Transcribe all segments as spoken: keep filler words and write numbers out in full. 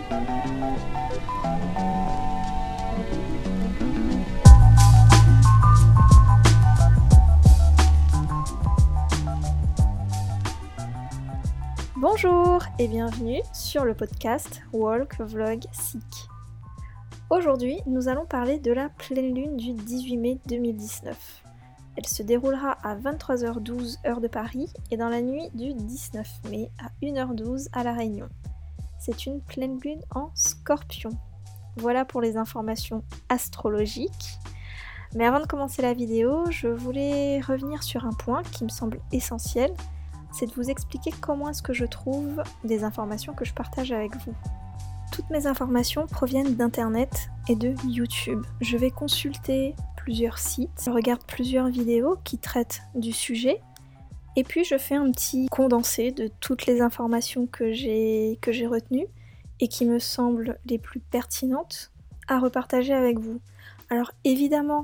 Bonjour et bienvenue sur le podcast Walk Vlog Seek. Aujourd'hui, nous allons parler de la pleine lune du dix-huit mai deux mille dix-neuf. Elle se déroulera à vingt-trois heures douze heure de Paris et dans la nuit du dix-neuf mai à une heure douze à La Réunion. C'est une pleine lune en Scorpion. Voilà pour les informations astrologiques. Mais avant de commencer la vidéo, je voulais revenir sur un point qui me semble essentiel, c'est de vous expliquer comment est-ce que je trouve les informations que je partage avec vous. Toutes mes informations proviennent d'internet et de YouTube. Je vais consulter plusieurs sites, je regarde plusieurs vidéos qui traitent du sujet, et puis je fais un petit condensé de toutes les informations que j'ai, que j'ai retenues et qui me semblent les plus pertinentes à repartager avec vous. Alors évidemment,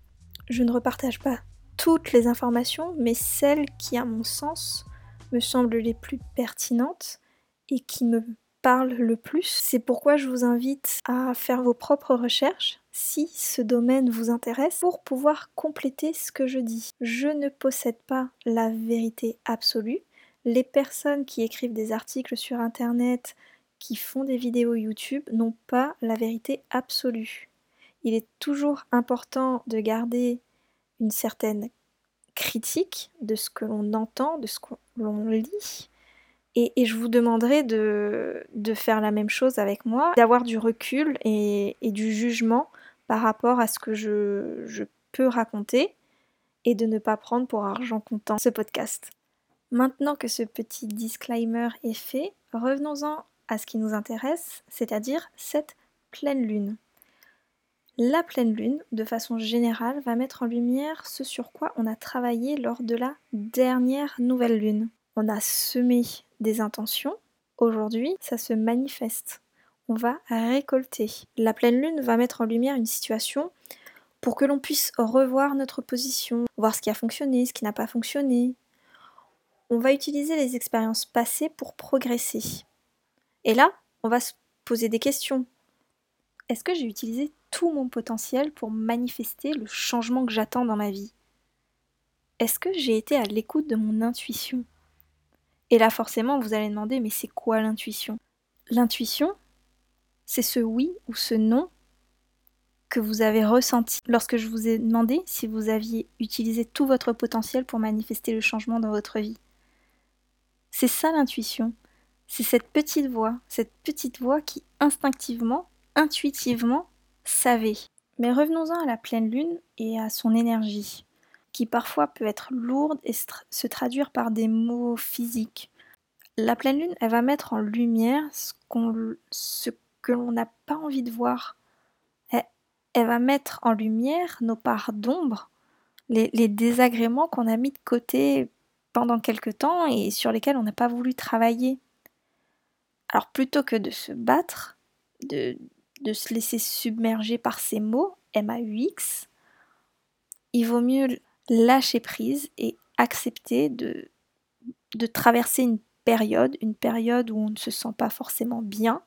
je ne repartage pas toutes les informations, mais celles qui, à mon sens, me semblent les plus pertinentes et qui me parlent le plus. C'est pourquoi je vous invite à faire vos propres recherches si ce domaine vous intéresse pour pouvoir compléter ce que je dis. Je ne possède pas la vérité absolue. Les personnes qui écrivent des articles sur internet, qui font des vidéos YouTube, n'ont pas la vérité absolue. Il est toujours important de garder une certaine critique de ce que l'on entend, de ce que l'on lit. Et, et je vous demanderai de, de faire la même chose avec moi, d'avoir du recul et, et du jugement par rapport à ce que je, je peux raconter et de ne pas prendre pour argent comptant ce podcast. Maintenant que ce petit disclaimer est fait, revenons-en à ce qui nous intéresse, c'est-à-dire cette pleine lune. La pleine lune, de façon générale, va mettre en lumière ce sur quoi on a travaillé lors de la dernière nouvelle lune. On a semé des intentions, aujourd'hui ça se manifeste. On va récolter. La pleine lune va mettre en lumière une situation pour que l'on puisse revoir notre position, voir ce qui a fonctionné, ce qui n'a pas fonctionné. On va utiliser les expériences passées pour progresser. Et là, on va se poser des questions. Est-ce que j'ai utilisé tout mon potentiel pour manifester le changement que j'attends dans ma vie? Est-ce que j'ai été à l'écoute de mon intuition? Et là forcément vous allez demander, mais c'est quoi l'intuition? L'intuition, c'est ce oui ou ce non que vous avez ressenti lorsque je vous ai demandé si vous aviez utilisé tout votre potentiel pour manifester le changement dans votre vie. C'est ça l'intuition, c'est cette petite voix, cette petite voix qui instinctivement, intuitivement savait. Mais revenons-en à la pleine lune et à son énergie, qui parfois peut être lourde et se traduire par des mots physiques. La pleine lune, elle va mettre en lumière ce, qu'on, ce que l'on n'a pas envie de voir. Elle, elle va mettre en lumière nos parts d'ombre, les, les désagréments qu'on a mis de côté pendant quelque temps et sur lesquels on n'a pas voulu travailler. Alors plutôt que de se battre, de, de se laisser submerger par ces mots, M A U X, il vaut mieux lâcher prise et accepter de, de traverser une période, une période où on ne se sent pas forcément bien,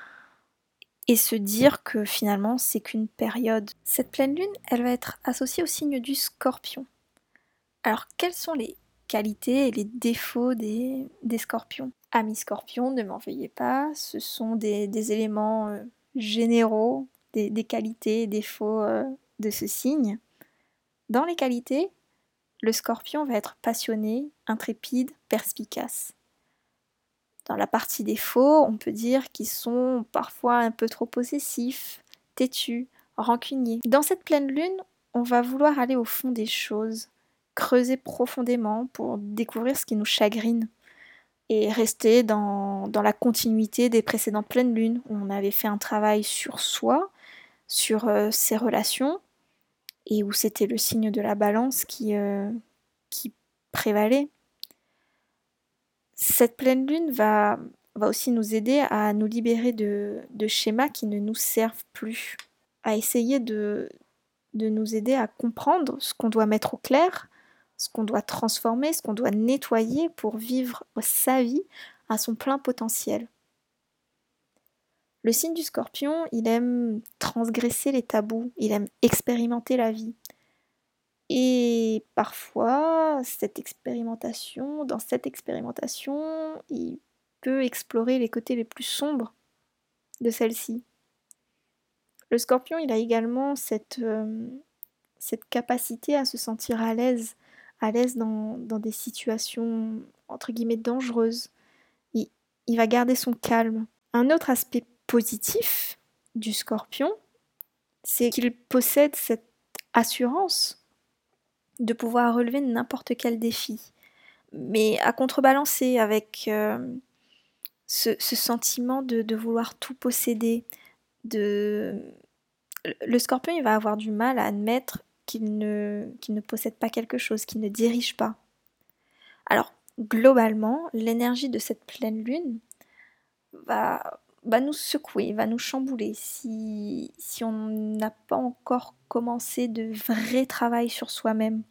et se dire que finalement c'est qu'une période. Cette pleine lune, elle va être associée au signe du Scorpion. Alors quelles sont les qualités et les défauts des, des scorpions? Amis scorpions, ne m'en veuillez pas, ce sont des, des éléments euh, généraux, des, des qualités et défauts euh, de ce signe. Dans les qualités, le scorpion va être passionné, intrépide, perspicace. Dans la partie défauts, on peut dire qu'ils sont parfois un peu trop possessifs, têtus, rancuniers. Dans cette pleine lune, on va vouloir aller au fond des choses, creuser profondément pour découvrir ce qui nous chagrine et rester dans, dans la continuité des précédentes pleines lunes où on avait fait un travail sur soi, sur euh, ses relations et où c'était le signe de la balance qui, euh, qui prévalait. Cette pleine lune va, va aussi nous aider à nous libérer de, de schémas qui ne nous servent plus, à essayer de, de nous aider à comprendre ce qu'on doit mettre au clair, ce qu'on doit transformer, ce qu'on doit nettoyer pour vivre sa vie à son plein potentiel. Le signe du Scorpion, il aime transgresser les tabous, il aime expérimenter la vie. Et parfois, cette expérimentation, dans cette expérimentation, il peut explorer les côtés les plus sombres de celle-ci. Le Scorpion, il a également cette, euh, cette capacité à se sentir à l'aise, à l'aise dans, dans des situations entre guillemets dangereuses. Il, il va garder son calme. Un autre aspect positif du Scorpion, c'est qu'il possède cette assurance de pouvoir relever n'importe quel défi, mais à contrebalancer avec euh, ce, ce sentiment de, de vouloir tout posséder. De... Le Scorpion, il va avoir du mal à admettre qu'il ne, qu'il ne possède pas quelque chose, qu'il ne dirige pas. Alors, globalement, l'énergie de cette pleine lune va, va nous secouer, va nous chambouler si, si on n'a pas encore commencé de vrai travail sur soi-même.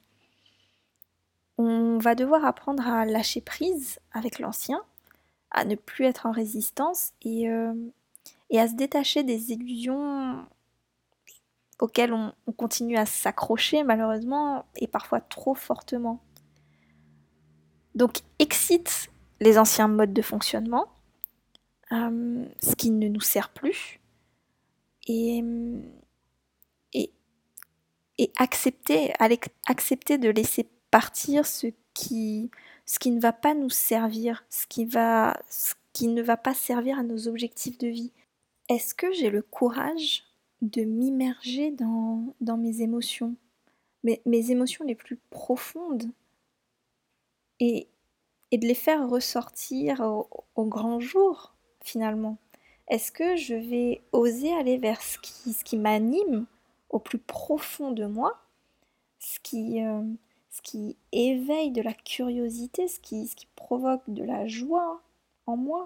On va devoir apprendre à lâcher prise avec l'ancien, à ne plus être en résistance et, euh, et à se détacher des illusions auxquelles on, on continue à s'accrocher malheureusement et parfois trop fortement. Donc excite les anciens modes de fonctionnement, euh, ce qui ne nous sert plus, et, et, et accepter, accepter de laisser partir ce qui, ce qui ne va pas nous servir, ce qui, va, ce qui ne va pas servir à nos objectifs de vie. Est-ce que j'ai le courage de m'immerger dans, dans mes émotions, mes, mes émotions les plus profondes, et, et de les faire ressortir au, au grand jour, finalement? Est-ce que je vais oser aller vers ce qui, ce qui m'anime au plus profond de moi, ce qui, euh, ce qui éveille de la curiosité, ce qui, ce qui provoque de la joie en moi?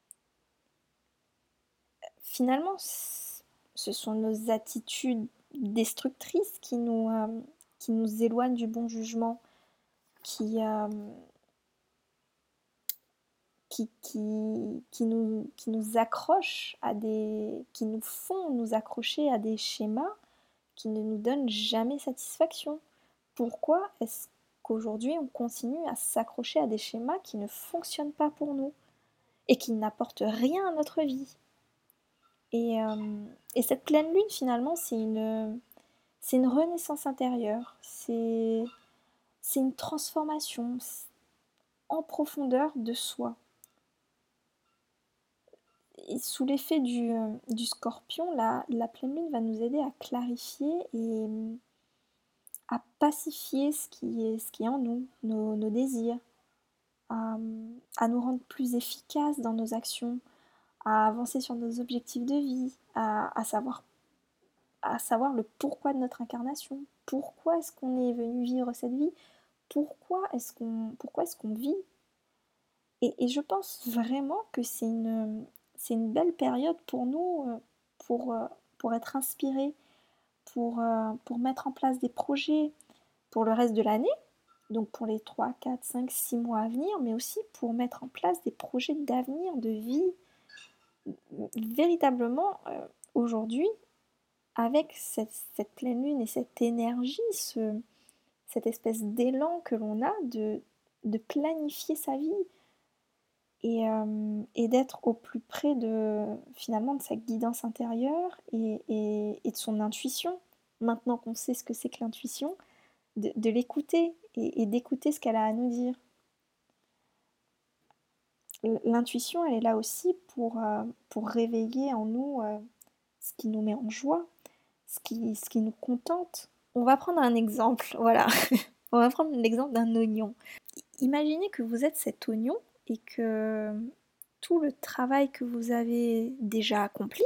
Finalement, ce sont nos attitudes destructrices qui nous, euh, qui nous éloignent du bon jugement, qui, euh, qui, qui, qui, nous, qui nous accrochent à des, qui nous font nous accrocher à des schémas qui ne nous donnent jamais satisfaction. Pourquoi est-ce qu'aujourd'hui on continue à s'accrocher à des schémas qui ne fonctionnent pas pour nous et qui n'apportent rien à notre vie? Et, euh, et cette pleine lune, finalement, c'est une, c'est une renaissance intérieure, c'est, c'est une transformation en profondeur de soi. Et sous l'effet du, euh, du scorpion, la, la pleine lune va nous aider à clarifier et à pacifier ce qui est, ce qui est en nous, nos, nos désirs, à, à nous rendre plus efficaces dans nos actions, à avancer sur nos objectifs de vie, à, à savoir à savoir le pourquoi de notre incarnation. Pourquoi est-ce qu'on est venu vivre cette vie? Pourquoi est-ce qu'on, pourquoi est-ce qu'on vit? Et, et je pense vraiment que c'est une, c'est une belle période pour nous, euh, pour, euh, pour être inspirés, pour, euh, pour mettre en place des projets pour le reste de l'année, donc pour les trois, quatre, cinq, six mois à venir, mais aussi pour mettre en place des projets d'avenir, de vie. Véritablement, euh, aujourd'hui, avec cette, cette pleine lune et cette énergie, ce, cette espèce d'élan que l'on a de, de planifier sa vie et, euh, et d'être au plus près de, finalement, de sa guidance intérieure et, et, et de son intuition. Maintenant qu'on sait ce que c'est que l'intuition, de, de l'écouter et, et d'écouter ce qu'elle a à nous dire. L'intuition, elle est là aussi pour, euh, pour réveiller en nous euh, ce qui nous met en joie, ce qui, ce qui nous contente. On va prendre un exemple, voilà. On va prendre l'exemple d'un oignon. Imaginez que vous êtes cet oignon et que tout le travail que vous avez déjà accompli,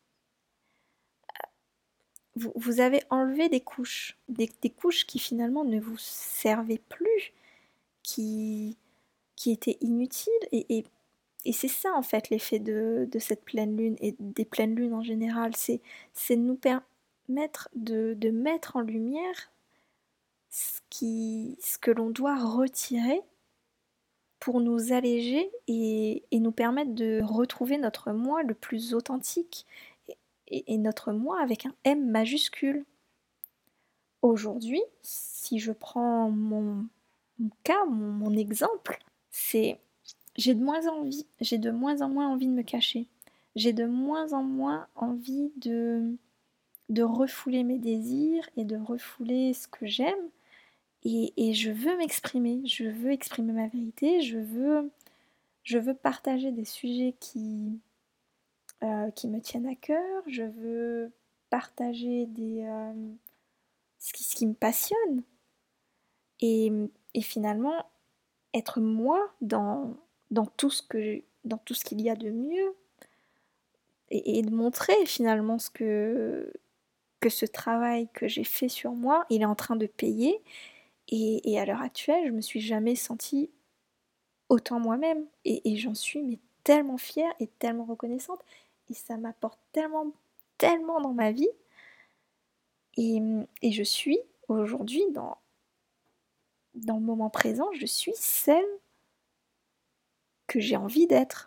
vous, vous avez enlevé des couches, des, des couches qui finalement ne vous servaient plus, qui, qui étaient inutiles. Et, et, et c'est ça en fait l'effet de, de cette pleine lune et des pleines lunes en général, c'est, c'est de nous permettre de, de mettre en lumière ce, qui, ce que l'on doit retirer pour nous alléger et et nous permettre de retrouver notre moi le plus authentique et et et notre moi avec un M majuscule. Aujourd'hui, si je prends mon mon cas, mon mon exemple, c'est j'ai de moins envie j'ai de moins en moins envie de me cacher. J'ai de moins en moins envie de de refouler mes désirs et de refouler ce que j'aime et et je veux m'exprimer. Je veux exprimer ma vérité, je veux je veux partager des sujets qui, heu, qui me tiennent à cœur, je veux partager des, hem, ce qui ce qui me passionne et mmh et finalement être moi dans dans tout ce que dans tout ce qu'il y a de mieux et et de montrer finalement ce que que ce travail que j'ai fait sur moi, il est en train de payer et et à l'heure actuelle, je me suis jamais sentie autant moi-même et et j'en suis mais tellement fière et tellement reconnaissante et ça m'apporte tellement, tellement dans ma vie et mmh et je suis aujourd'hui dans dans le moment présent, je suis celle que j'ai envie d'être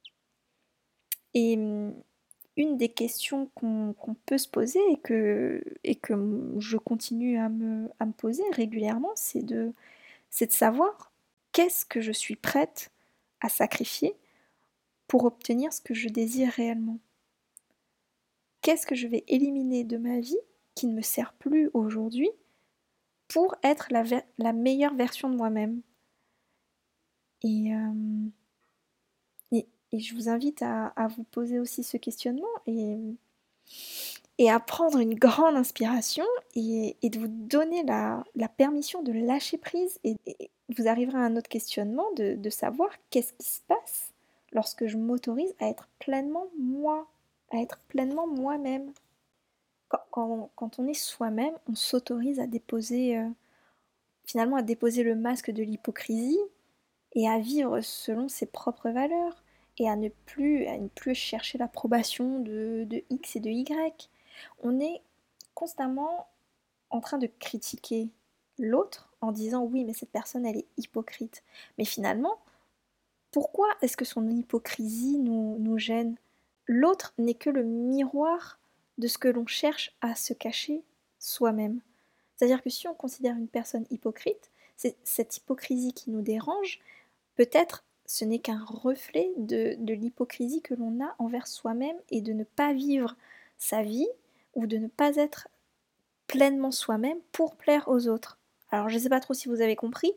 et mmh, une des questions qu'on qu'on peut se poser et que et que, mmh, je continue à me à me poser régulièrement, c'est de c'est de savoir qu'est-ce que je suis prête à sacrifier pour obtenir ce que je désire réellement? Qu'est-ce que je vais éliminer de ma vie qui ne me sert plus aujourd'hui pour être la ver la meilleure version de moi-même? Et hem et et je vous invite à à vous poser aussi ce questionnement et mmh et à prendre une grande inspiration et et de vous donner la la permission de lâcher prise et et vous arriverez à un autre questionnement de de savoir qu'est-ce qui se passe lorsque je m'autorise à être pleinement moi, à être pleinement moi-même. Quand quand quand on est soi-même, on s'autorise à déposer, heu, finalement à déposer le masque de l'hypocrisie et à vivre selon ses propres valeurs et à ne plus à ne plus chercher l'approbation de de X et de Y. On est constamment en train de critiquer l'autre en disant: «Oui, mais cette personne, elle est hypocrite». Mais finalement, pourquoi est-ce que son hypocrisie nous nous gêne? L'autre n'est que le miroir de ce que l'on cherche à se cacher soi-même. C'est-à-dire que si on considère une personne hypocrite, c'est cette hypocrisie qui nous dérange, peut-être ce n'est qu'un reflet de de l'hypocrisie que l'on a envers soi-même et de ne pas vivre sa vie ou de ne pas être pleinement soi-même pour plaire aux autres. Alors je sais pas trop si vous avez compris.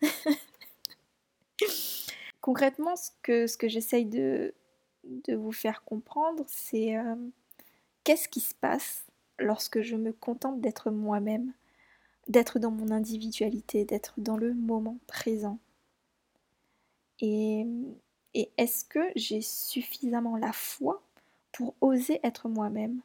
Concrètement, ce que ce que j'essaye de de vous faire comprendre, c'est, hem, qu'est-ce qui se passe lorsque je me contente d'être moi-même, d'être dans mon individualité, d'être dans le moment présent? Et mmh et est-ce que j'ai suffisamment la foi pour oser être moi-même?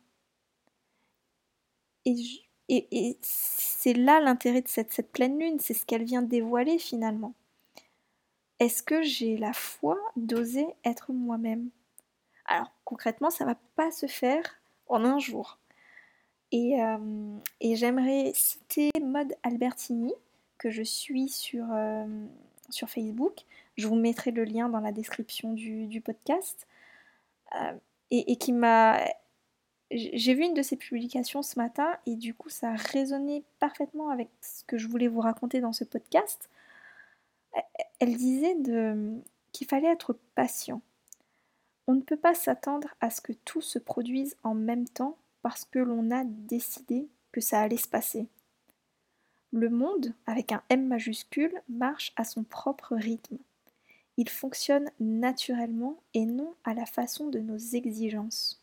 Et j et et c'est là l'intérêt de cette cette pleine lune, c'est ce qu'elle vient dévoiler finalement. Est-ce que j'ai la foi d'oser être moi-même? Alors concrètement, ça va pas se faire en un jour et hem et j'aimerais citer Maud Albertini que je suis sur, hem, sur Facebook. Je vous mettrai le lien dans la description du du podcast, heu et et qui m'a j'ai j'ai vu une de ses publications ce matin et du coup ça a résonné parfaitement avec ce que je voulais vous raconter dans ce podcast. E e elle disait de, mmh, qu'il fallait être patient. On ne peut pas s'attendre à ce que tout se produise en même temps parce que l'on a décidé que ça allait se passer. Le monde, avec un M majuscule, marche à son propre rythme. Il fonctionne naturellement et non à la façon de nos exigences.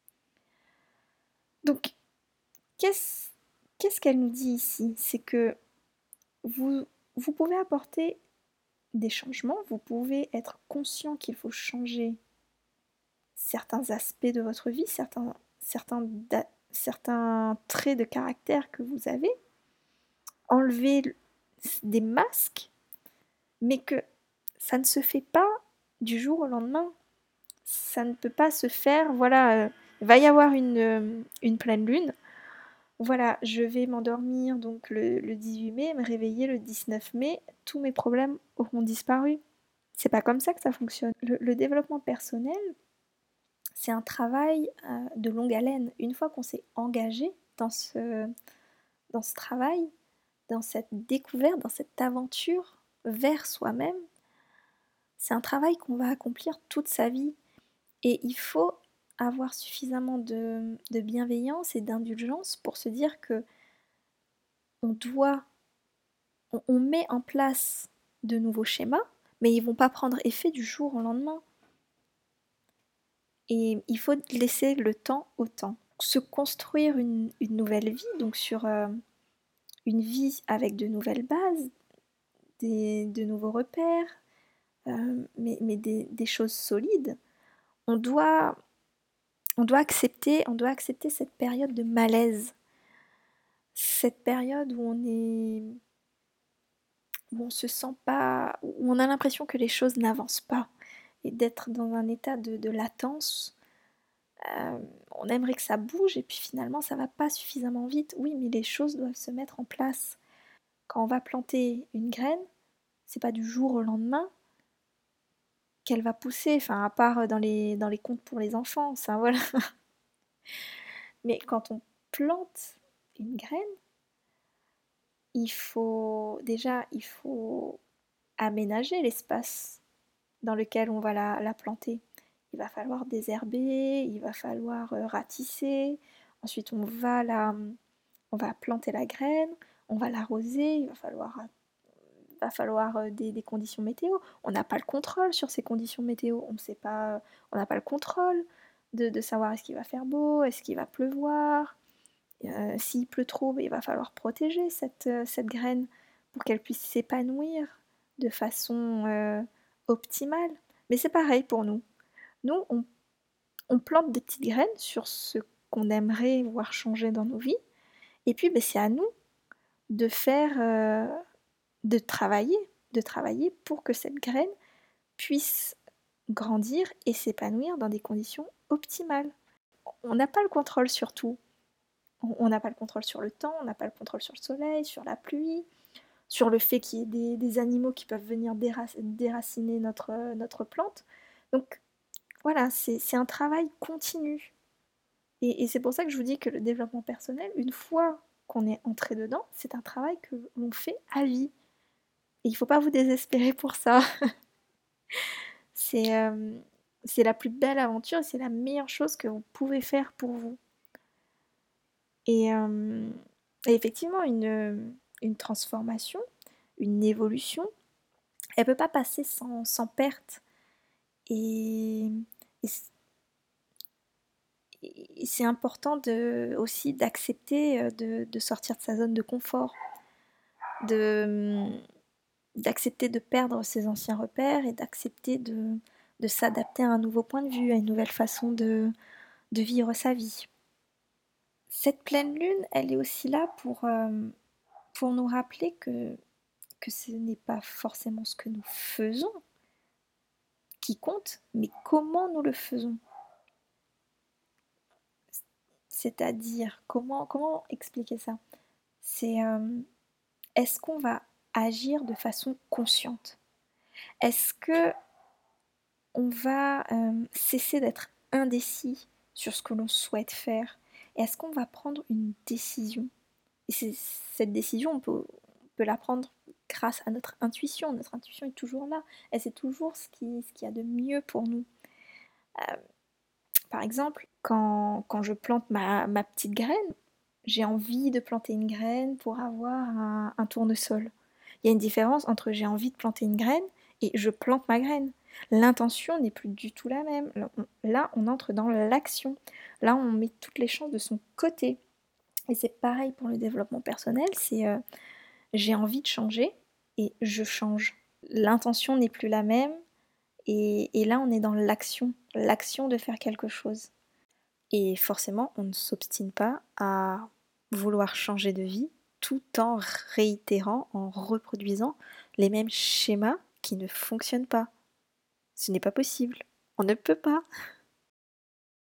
Donc, qu'est-ce qu'est-ce qu'elle nous dit ici? C'est que vous, vous pouvez apporter des changements, vous pouvez être conscient qu'il faut changer certains aspects de votre vie, certains, certains, da- certains traits de caractère que vous avez, enlever l- des masques, mais que ça ne se fait pas du jour au lendemain. Ça ne peut pas se faire, voilà, euh, il va y avoir une, euh, une pleine lune. Voilà, je vais m'endormir donc le, le dix-huit mai, me réveiller le dix-neuf mai, tous mes problèmes auront disparu. C'est pas comme ça que ça fonctionne. Le, le développement personnel, c'est un travail euh, de longue haleine. Une fois qu'on s'est engagé dans ce, dans ce travail, dans cette découverte, dans cette aventure vers soi-même, c'est un travail qu'on va accomplir toute sa vie. Et il faut avoir suffisamment de, de bienveillance et d'indulgence pour se dire que on doit, on, on met en place de nouveaux schémas, mais ils vont pas prendre effet du jour au lendemain. Et il faut laisser le temps au temps. Se construire une, une nouvelle vie, donc sur euh, une vie avec de nouvelles bases, des, de nouveaux repères, euh, mais, mais des, des choses solides. On doit, on doit accepter, on doit accepter cette période de malaise, cette période où on est, où on se sent pas, où on a l'impression que les choses n'avancent pas, et d'être dans un état de, de latence. Euh, on aimerait que ça bouge et puis finalement ça va pas suffisamment vite. Oui, mais les choses doivent se mettre en place. Quand on va planter une graine, c'est pas du jour au lendemain qu'elle va pousser, enfin à part dans les, dans les contes pour les enfants, ça voilà. Mais quand on plante une graine, il faut déjà il faut aménager l'espace dans lequel on va la, la planter. Il va falloir désherber, il va falloir euh, ratisser, ensuite on va la, on va planter la graine, on va l'arroser, il va falloir, va falloir euh, des, des conditions météo. On n'a pas le contrôle sur ces conditions météo, on ne sait pas, on n'a pas le contrôle de, de savoir est-ce qu'il va faire beau, est-ce qu'il va pleuvoir. Euh, s'il pleut trop, il va falloir protéger cette, euh, cette graine pour qu'elle puisse s'épanouir de façon euh, optimale. Mais c'est pareil pour nous. Nous, on, on plante des petites graines sur ce qu'on aimerait voir changer dans nos vies. Et puis, ben, c'est à nous de faire, euh, de travailler, de travailler pour que cette graine puisse grandir et s'épanouir dans des conditions optimales. On n'a pas le contrôle sur tout. On n'a pas le contrôle sur le temps, on n'a pas le contrôle sur le soleil, sur la pluie, sur le fait qu'il y ait des, des animaux qui peuvent venir dérac- déraciner notre, notre plante. Donc voilà, c'est, c'est un travail continu. Et, et c'est pour ça que je vous dis que le développement personnel, une fois qu'on est entré dedans, c'est un travail que l'on fait à vie. Et il ne faut pas vous désespérer pour ça. C'est, euh, c'est la plus belle aventure et c'est la meilleure chose que vous pouvez faire pour vous. Et, euh, et effectivement, une, une transformation, une évolution, elle ne peut pas passer sans, sans perte. Et, et et c'est important de, aussi d'accepter euh, de, de sortir de sa zone de confort, de, d'accepter de perdre ses anciens repères et d'accepter de, de s'adapter à un nouveau point de vue, à une nouvelle façon de, de vivre sa vie. Cette pleine lune, elle est aussi là pour, euh, pour nous rappeler que, que ce n'est pas forcément ce que nous faisons qui compte, mais comment nous le faisons. C'est-à-dire, comment, comment expliquer ça? C'est euh, est-ce qu'on va agir de façon consciente? Est-ce que on va euh, cesser d'être indécis sur ce que l'on souhaite faire? Et est-ce qu'on va prendre une décision? Et c'est, cette décision, on peut, on peut la prendre grâce à notre intuition. Notre intuition est toujours là. Elle sait toujours ce qui, ce qu'il y a de mieux pour nous. Euh, par exemple, quand, quand je plante ma, ma petite graine, j'ai envie de planter une graine pour avoir un, un tournesol. Il y a une différence entre j'ai envie de planter une graine et je plante ma graine. L'intention n'est plus du tout la même. Là, on, là, on entre dans l'action. Là, on met toutes les chances de son côté. Et c'est pareil pour le développement personnel, c'est euh, j'ai envie de changer et je change. L'intention n'est plus la même et, et là, on est dans l'action, l'action de faire quelque chose. Et forcément, on ne s'obstine pas à vouloir changer de vie tout en réitérant, en reproduisant les mêmes schémas qui ne fonctionnent pas. Ce n'est pas possible. On ne peut pas.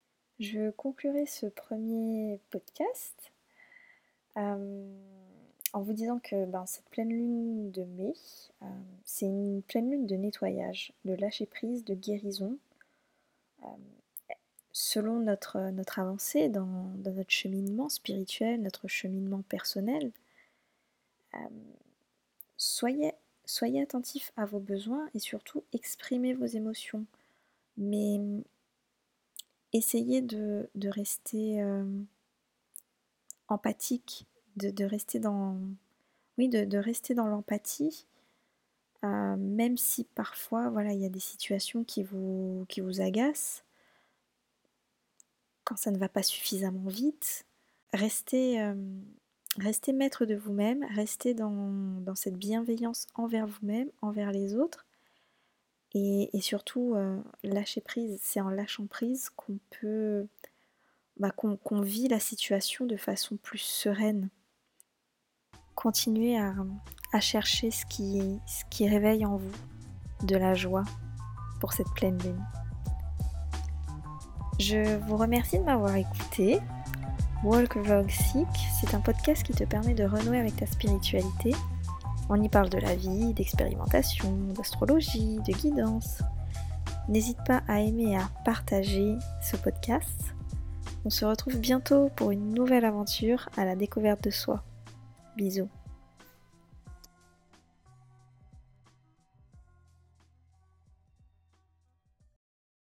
Je conclurai ce premier podcast euh, en vous disant que ben, cette pleine lune de mai, euh, c'est une pleine lune de nettoyage, de lâcher prise, de guérison. Euh, selon notre, notre avancée dans, dans notre cheminement spirituel, notre cheminement personnel, euh, soyez, soyez attentifs à vos besoins et surtout exprimez vos émotions. Mais essayez de, de rester euh, empathique, de, de rester dans, oui, de, de rester dans l'empathie, euh, même si parfois, voilà, il y a des situations qui vous, qui vous agacent, quand ça ne va pas suffisamment vite, restez, euh, restez maître de vous-même, restez dans, dans cette bienveillance envers vous-même, envers les autres, et, et surtout, euh, lâcher prise. C'est en lâchant prise qu'on peut, bah, qu'on, qu'on vit la situation de façon plus sereine. Continuez à, à chercher ce qui, ce qui réveille en vous de la joie pour cette pleine lune. Je vous remercie de m'avoir écouté. Walk Vlog Seek, c'est un podcast qui te permet de renouer avec ta spiritualité. On y parle de la vie, d'expérimentation, d'astrologie, de guidance. N'hésite pas à aimer et à partager ce podcast. On se retrouve bientôt pour une nouvelle aventure à la découverte de soi. Bisous.